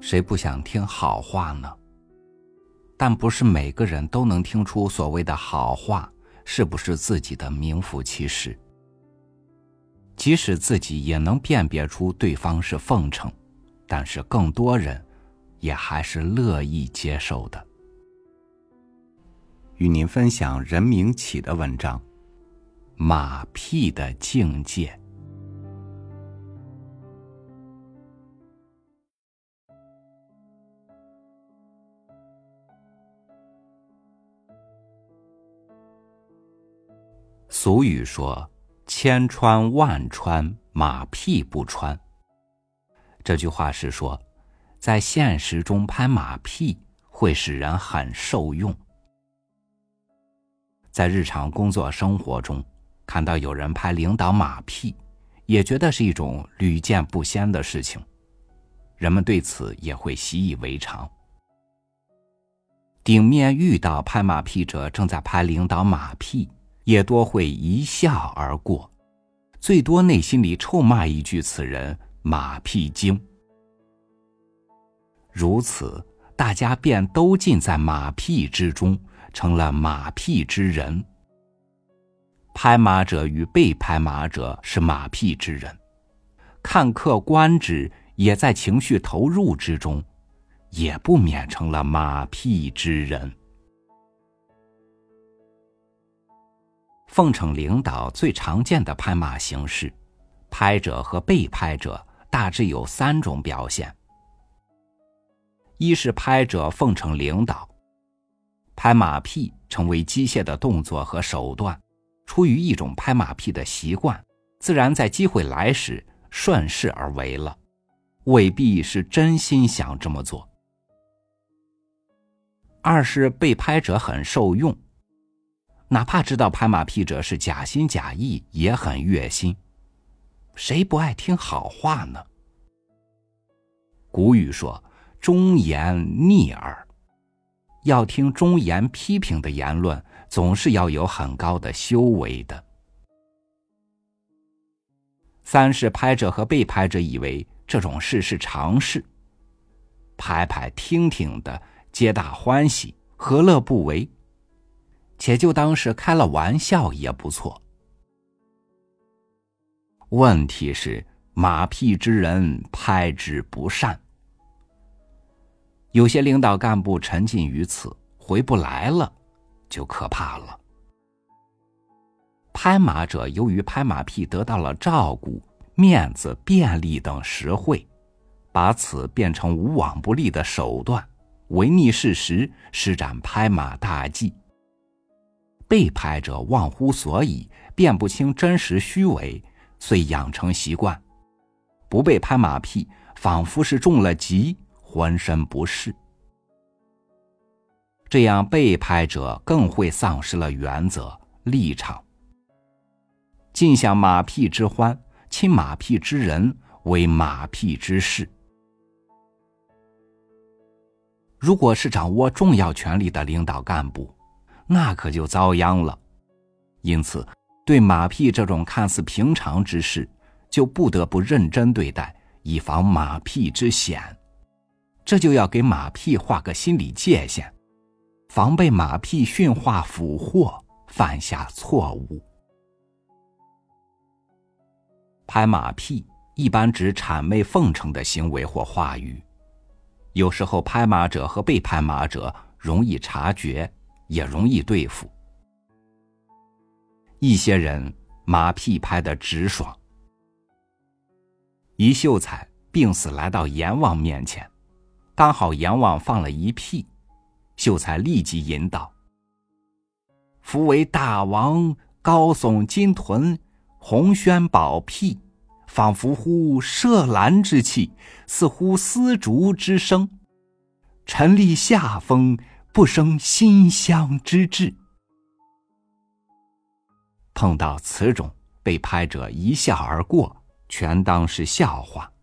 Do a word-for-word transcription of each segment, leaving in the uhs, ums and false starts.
谁不想听好话呢？但不是每个人都能听出所谓的好话是不是自己的名副其实。即使自己也能辨别出对方是奉承，但是更多人也还是乐意接受的。与您分享任明启的文章《马屁的境界》。俗语说，千穿万穿，马屁不穿。这句话是说，在现实中拍马屁会使人很受用。在日常工作生活中，看到有人拍领导马屁，也觉得是一种屡见不鲜的事情，人们对此也会习以为常。顶面遇到拍马屁者正在拍领导马屁，也多会一笑而过，最多内心里臭骂一句此人马屁精。如此，大家便都浸在马屁之中，成了马屁之人。拍马者与被拍马者是马屁之人，看客观之也在情绪投入之中，也不免成了马屁之人。奉承领导最常见的拍马形式，拍者和被拍者大致有三种表现。一是拍者奉承领导，拍马屁成为机械的动作和手段，出于一种拍马屁的习惯，自然在机会来时顺势而为了，未必是真心想这么做。二是被拍者很受用，哪怕知道拍马屁者是假心假意，也很悦心。谁不爱听好话呢？古语说，忠言逆耳，要听忠言批评的言论，总是要有很高的修为的。三是拍者和被拍者以为这种事是常事，拍拍听听的，皆大欢喜，何乐不为？且就当是开了玩笑也不错。问题是，马屁之人拍之不善。有些领导干部沉浸于此，回不来了，就可怕了。拍马者由于拍马屁得到了照顾、面子、便利等实惠，把此变成无往不利的手段，违逆事实，施展拍马大忌。被拍者忘乎所以，辨不清真实虚伪，遂养成习惯，不被拍马屁，仿佛是中了疾，浑身不适。这样被拍者更会丧失了原则立场，尽享马屁之欢，亲马屁之人为马屁之事。如果是掌握重要权力的领导干部，那可就遭殃了。因此，对马屁这种看似平常之事，就不得不认真对待，以防马屁之险。这就要给马屁画个心理界限，防被马屁驯化俘获，犯下错误。拍马屁一般指谄媚奉承的行为或话语，有时候拍马者和被拍马者容易察觉，也容易对付。一些人马屁拍得直爽。一秀才病死来到阎王面前，刚好阎王放了一屁，秀才立即吟道：夫为大王高耸金臀，红轩宝屁，仿佛乎麝兰之气，似乎丝竹之声，臣立下风，不生馨香之志。碰到此种被拍者一笑而过，全当是笑话。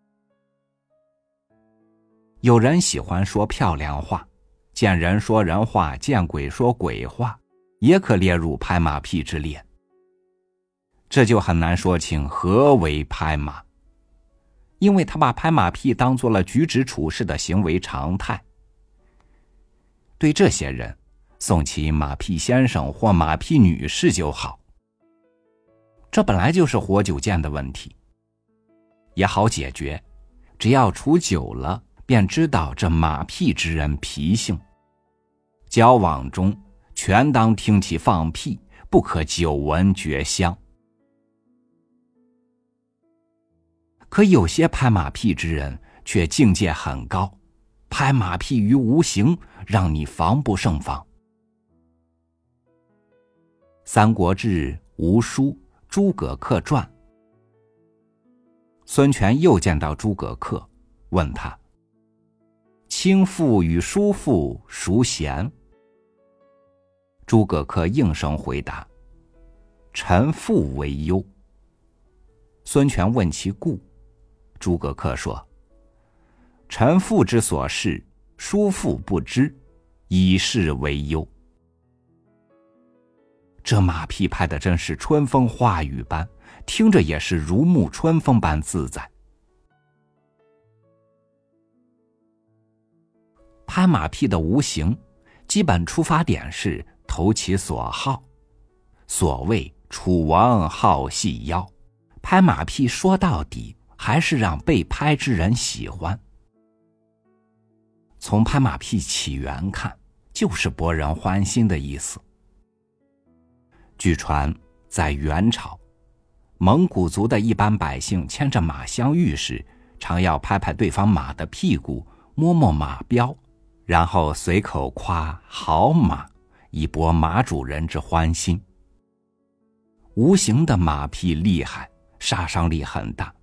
有人喜欢说漂亮话，见人说人话，见鬼说鬼话，也可列入拍马屁之列。这就很难说清何为拍马。 因为他把拍马屁当作了举止处事的行为常态。对这些人，送起马屁先生或马屁女士就好。这本来就是活久见的问题，也好解决，只要处久了，便知道这马屁之人脾性。交往中全当听其放屁，不可久闻觉香。可有些拍马屁之人却境界很高，拍马屁于无形，让你防不胜防。三国志吴书诸葛恪传，孙权又见到诸葛恪，问他：卿父与叔父孰贤？诸葛恪应声回答：臣父为优。孙权问其故，诸葛恪说：臣父之所事，叔父不知，以是为忧。这马屁拍的真是春风化雨般，听着也是如沐春风般自在。拍马屁的无形，基本出发点是投其所好。所谓楚王好细腰，拍马屁说到底还是让被拍之人喜欢。从拍马屁起源看，就是博人欢心的意思。据传在元朝，蒙古族的一般百姓牵着马相遇时，常要拍拍对方马的屁股，摸摸马标，然后随口夸好马，以博马主人之欢心。无形的马屁厉害，杀伤力很大。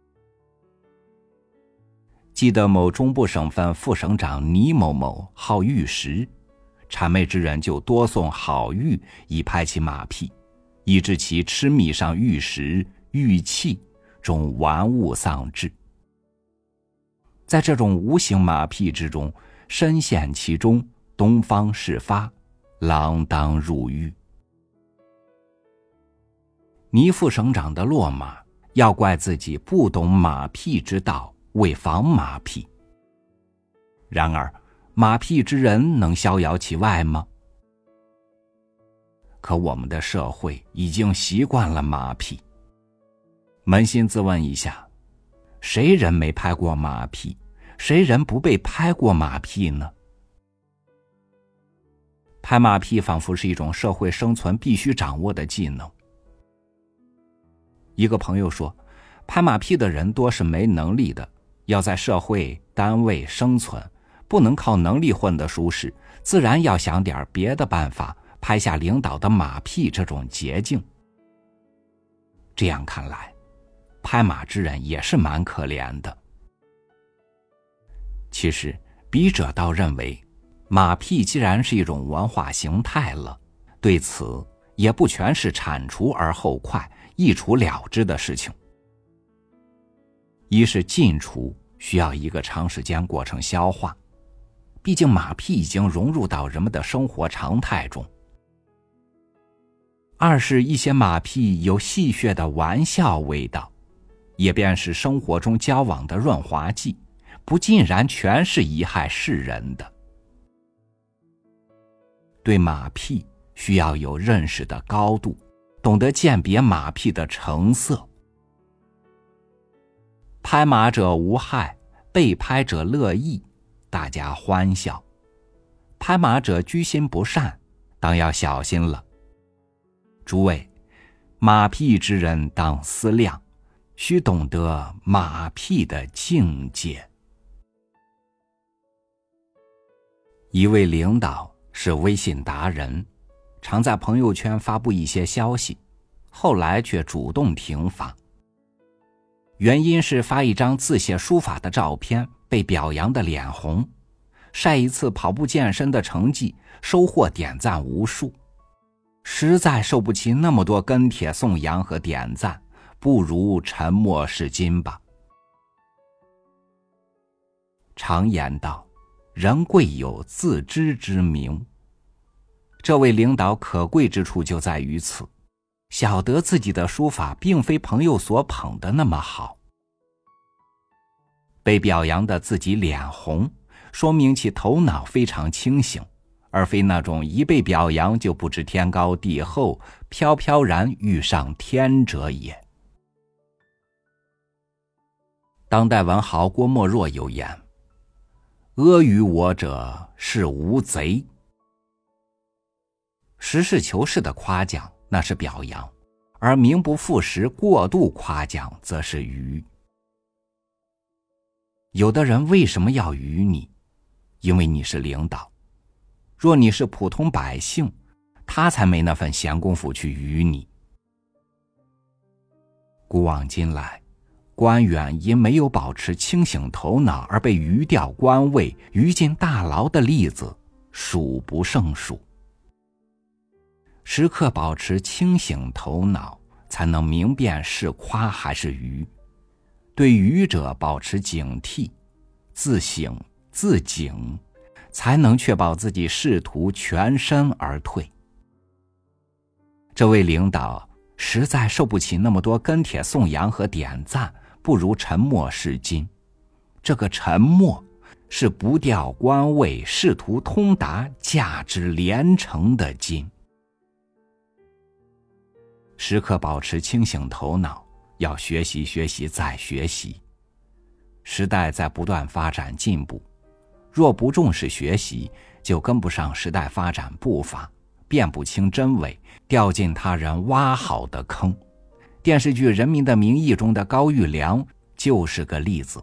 记得某中部省份副省长倪某某好玉石，谄媚之人就多送好玉以拍其马屁，以致其痴迷上玉石玉器，终玩物丧志。在这种无形马屁之中，深陷其中，东方事发，锒铛入狱。倪副省长的落马，要怪自己不懂马屁之道，为防马屁。然而马屁之人能逍遥其外吗？可我们的社会已经习惯了马屁。扪心自问一下，谁人没拍过马屁？谁人不被拍过马屁呢？拍马屁仿佛是一种社会生存必须掌握的技能。一个朋友说，拍马屁的人多是没能力的，要在社会单位生存，不能靠能力混得舒适，自然要想点别的办法，拍下领导的马屁这种捷径。这样看来，拍马之人也是蛮可怜的。其实笔者倒认为，马屁既然是一种文化形态了，对此也不全是铲除而后快，一除了之的事情。一是禁除需要一个长时间过程消化，毕竟马屁已经融入到人们的生活常态中。二是一些马屁有戏谑的玩笑味道，也便是生活中交往的润滑剂，不尽然全是贻害世人的。对马屁需要有认识的高度，懂得鉴别马屁的成色。拍马者无害，被拍者乐意，大家欢笑。拍马者居心不善，当要小心了。诸位，马屁之人当思量，须懂得马屁的境界。一位领导是微信达人，常在朋友圈发布一些消息，后来却主动停发。原因是发一张自写书法的照片被表扬的脸红，晒一次跑步健身的成绩收获点赞无数，实在受不起那么多跟帖颂扬和点赞，不如沉默是金吧。常言道，人贵有自知之明。这位领导可贵之处就在于此，晓得自己的书法并非朋友所捧的那么好。 被表扬的自己脸红，说明其头脑非常清醒，而非那种一被表扬就不知天高地厚，飘飘然欲上天者也。当代文豪郭沫若有言：阿谀我者是无贼。实事求是的夸奖那是表扬，而名不副实过度夸奖则是愚。有的人为什么要愚你？因为你是领导。若你是普通百姓，他才没那份闲工夫去愚你。古往今来，官员因没有保持清醒头脑而被愚掉官位、愚进大牢的例子数不胜数。时刻保持清醒头脑，才能明辨是夸还是愚。对愚者保持警惕，自省自警，才能确保自己仕途全身而退。这位领导实在受不起那么多跟帖颂扬和点赞，不如沉默是金。这个沉默是不掉官位、仕途通达、价值连城的金。时刻保持清醒头脑，要学习学习再学习。时代在不断发展进步，若不重视学习，就跟不上时代发展步伐，辨不清真伪，掉进他人挖好的坑。电视剧《人民的名义》中的高育良就是个例子。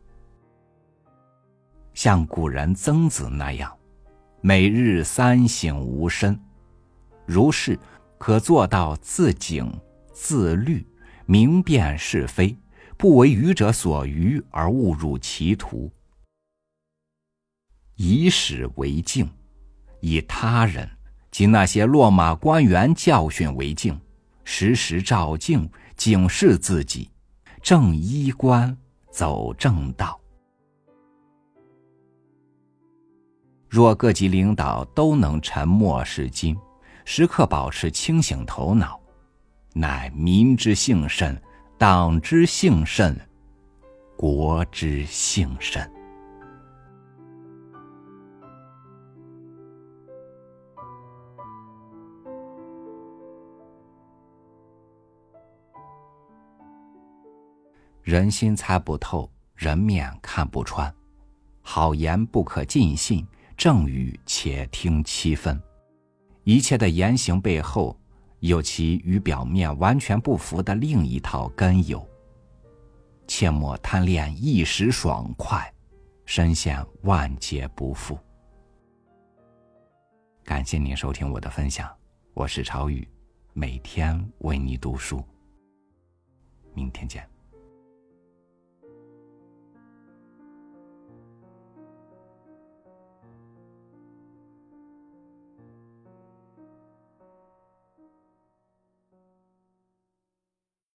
像古人曾子那样，每日三省吾身，如是可做到自警自律，明辨是非，不为愚者所愚而误入歧途。以史为镜，以他人及那些落马官员教训为镜，时时照镜，警示自己，正衣冠，走正道。若各级领导都能沉默是金，时刻保持清醒头脑，乃民之幸甚，党之幸甚，国之幸甚。人心猜不透，人面看不穿，好言不可尽信，正语且听七分。一切的言行背后，有其与表面完全不符的另一套根由。切莫贪恋一时爽快，深陷万劫不复。感谢您收听我的分享，我是朝雨，每天为你读书。明天见。